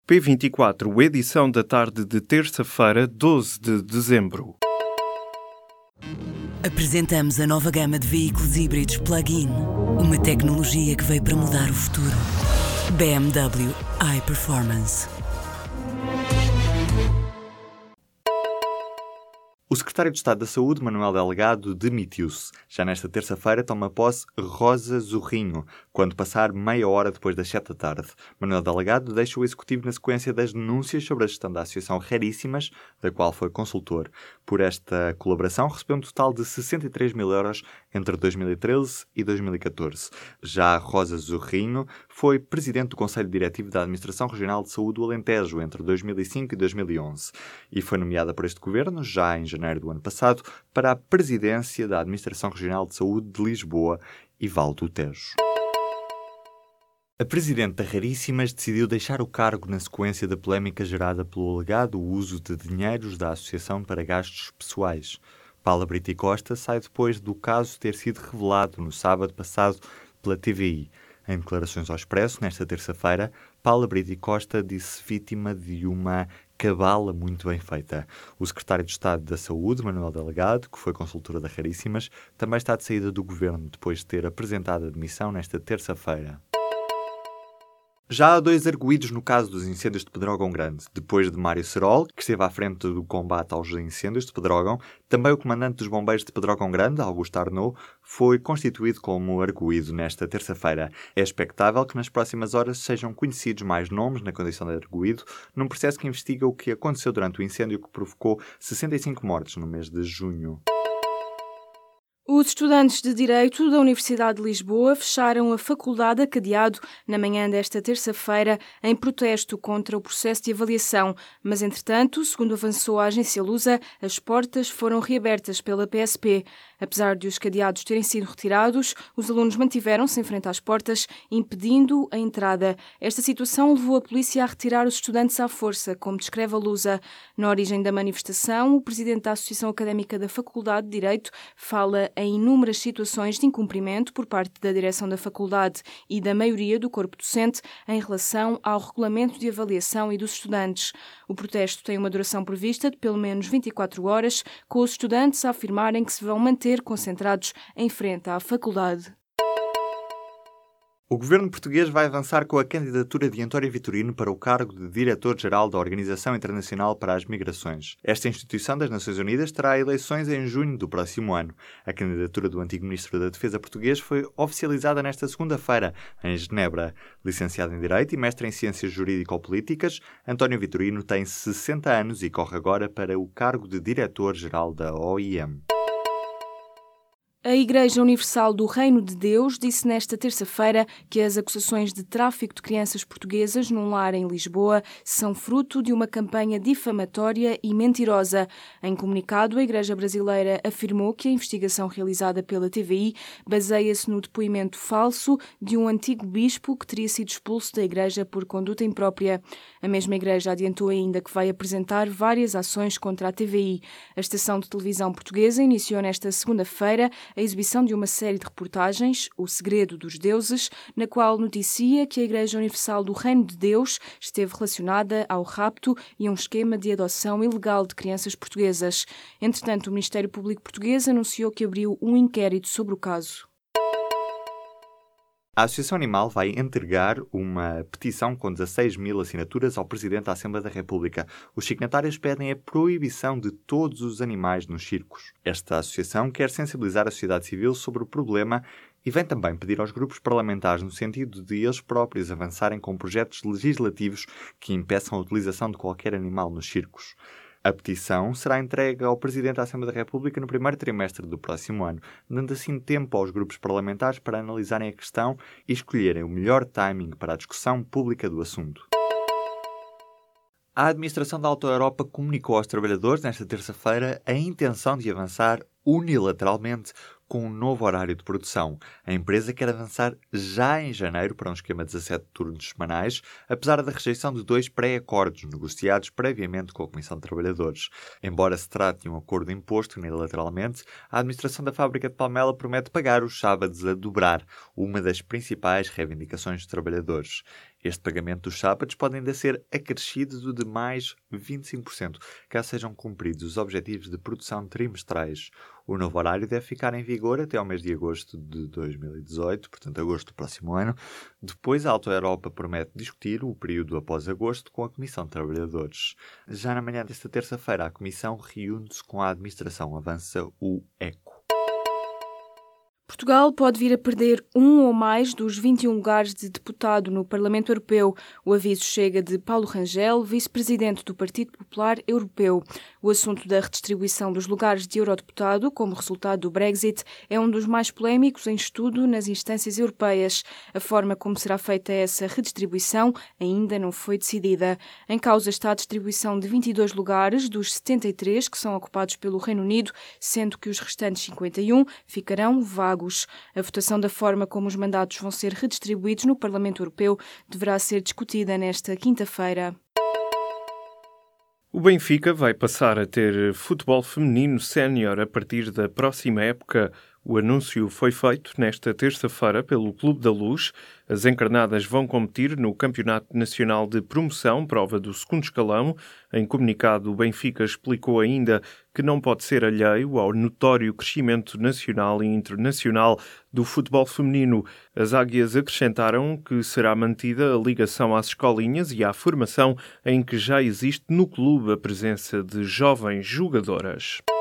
P24, edição da tarde de terça-feira, 12 de dezembro. Apresentamos a nova gama de veículos híbridos plug-in. Uma tecnologia que veio para mudar o futuro. BMW iPerformance. O secretário de Estado da Saúde, Manuel Delegado, demitiu-se. Já nesta terça-feira toma posse Rosa Zorrinho, quando passar meia hora depois das 7 da tarde. Manuel Delegado deixa o Executivo na sequência das denúncias sobre a gestão da Associação Raríssimas, da qual foi consultor. Por esta colaboração recebeu um total de 63 mil euros entre 2013 e 2014. Já Rosa Zorrinho foi presidente do Conselho Diretivo da Administração Regional de Saúde do Alentejo entre 2005 e 2011 e foi nomeada por este governo, já em janeiro do ano passado, para a presidência da Administração Regional de Saúde de Lisboa e Val do Tejo. A presidente da Raríssimas decidiu deixar o cargo na sequência da polémica gerada pelo alegado uso de dinheiros da associação para gastos pessoais. Paula Brito e Costa sai depois do caso ter sido revelado no sábado passado pela TVI. Em declarações ao Expresso, nesta terça-feira, Paula Brito e Costa disse vítima de uma cabala muito bem feita. O secretário de Estado da Saúde, Manuel Delegado, que foi consultora da Raríssimas, também está de saída do governo depois de ter apresentado a demissão nesta terça-feira. Já há 2 arguídos no caso dos incêndios de Pedrógão Grande. Depois de Mário Serol, que esteve à frente do combate aos incêndios de Pedrógão, também o comandante dos bombeiros de Pedrógão Grande, Augusto Arnaud, foi constituído como arguído nesta terça-feira. É expectável que nas próximas horas sejam conhecidos mais nomes na condição de arguído, num processo que investiga o que aconteceu durante o incêndio que provocou 65 mortes no mês de junho. Os estudantes de Direito da Universidade de Lisboa fecharam a faculdade a cadeado na manhã desta terça-feira em protesto contra o processo de avaliação, mas, entretanto, segundo avançou a agência Lusa, as portas foram reabertas pela PSP. Apesar de os cadeados terem sido retirados, os alunos mantiveram-se em frente às portas, impedindo a entrada. Esta situação levou a polícia a retirar os estudantes à força, como descreve a Lusa. Na origem da manifestação, o presidente da Associação Académica da Faculdade de Direito fala em inúmeras situações de incumprimento por parte da direção da faculdade e da maioria do corpo docente em relação ao regulamento de avaliação e dos estudantes. O protesto tem uma duração prevista de pelo menos 24 horas, com os estudantes a afirmarem que se vão manter concentrados em frente à faculdade. O governo português vai avançar com a candidatura de António Vitorino para o cargo de Diretor-Geral da Organização Internacional para as Migrações. Esta instituição das Nações Unidas terá eleições em junho do próximo ano. A candidatura do antigo Ministro da Defesa português foi oficializada nesta segunda-feira, em Genebra. Licenciado em Direito e mestre em Ciências Jurídico-Políticas, António Vitorino tem 60 anos e corre agora para o cargo de Diretor-Geral da OIM. A Igreja Universal do Reino de Deus disse nesta terça-feira que as acusações de tráfico de crianças portuguesas num lar em Lisboa são fruto de uma campanha difamatória e mentirosa. Em comunicado, a Igreja Brasileira afirmou que a investigação realizada pela TVI baseia-se no depoimento falso de um antigo bispo que teria sido expulso da Igreja por conduta imprópria. A mesma Igreja adiantou ainda que vai apresentar várias ações contra a TVI. A estação de televisão portuguesa iniciou nesta segunda-feira a exibição de uma série de reportagens, O Segredo dos Deuses, na qual noticia que a Igreja Universal do Reino de Deus esteve relacionada ao rapto e a um esquema de adoção ilegal de crianças portuguesas. Entretanto, o Ministério Público Português anunciou que abriu um inquérito sobre o caso. A Associação Animal vai entregar uma petição com 16 mil assinaturas ao Presidente da Assembleia da República. Os signatários pedem a proibição de todos os animais nos circos. Esta associação quer sensibilizar a sociedade civil sobre o problema e vem também pedir aos grupos parlamentares no sentido de eles próprios avançarem com projetos legislativos que impeçam a utilização de qualquer animal nos circos. A petição será entregue ao Presidente da Assembleia da República no primeiro trimestre do próximo ano, dando assim tempo aos grupos parlamentares para analisarem a questão e escolherem o melhor timing para a discussão pública do assunto. A administração da Auto Europa comunicou aos trabalhadores nesta terça-feira a intenção de avançar unilateralmente com um novo horário de produção. A empresa quer avançar já em janeiro para um esquema de 17 turnos semanais, apesar da rejeição de 2 pré-acordos negociados previamente com a Comissão de Trabalhadores. Embora se trate de um acordo imposto unilateralmente, a administração da fábrica de Palmela promete pagar os sábados a dobrar, uma das principais reivindicações dos trabalhadores. Este pagamento dos sábados pode ainda ser acrescido de mais 25%, caso sejam cumpridos os objetivos de produção trimestrais. O novo horário deve ficar em vigor até ao mês de agosto de 2018, portanto agosto do próximo ano. Depois a Auto Europa promete discutir o período após agosto com a Comissão de Trabalhadores. Já na manhã desta terça-feira a Comissão reúne-se com a administração, avança o ECO. Portugal pode vir a perder um ou mais dos 21 lugares de deputado no Parlamento Europeu. O aviso chega de Paulo Rangel, vice-presidente do Partido Popular Europeu. O assunto da redistribuição dos lugares de eurodeputado, como resultado do Brexit, é um dos mais polémicos em estudo nas instâncias europeias. A forma como será feita essa redistribuição ainda não foi decidida. Em causa está a distribuição de 22 lugares dos 73 que são ocupados pelo Reino Unido, sendo que os restantes 51 ficarão vagos. A votação da forma como os mandatos vão ser redistribuídos no Parlamento Europeu deverá ser discutida nesta quinta-feira. O Benfica vai passar a ter futebol feminino sénior a partir da próxima época. O anúncio foi feito nesta terça-feira pelo Clube da Luz. As encarnadas vão competir no Campeonato Nacional de Promoção, prova do segundo escalão. Em comunicado, o Benfica explicou ainda que não pode ser alheio ao notório crescimento nacional e internacional do futebol feminino. As águias acrescentaram que será mantida a ligação às escolinhas e à formação em que já existe no clube a presença de jovens jogadoras.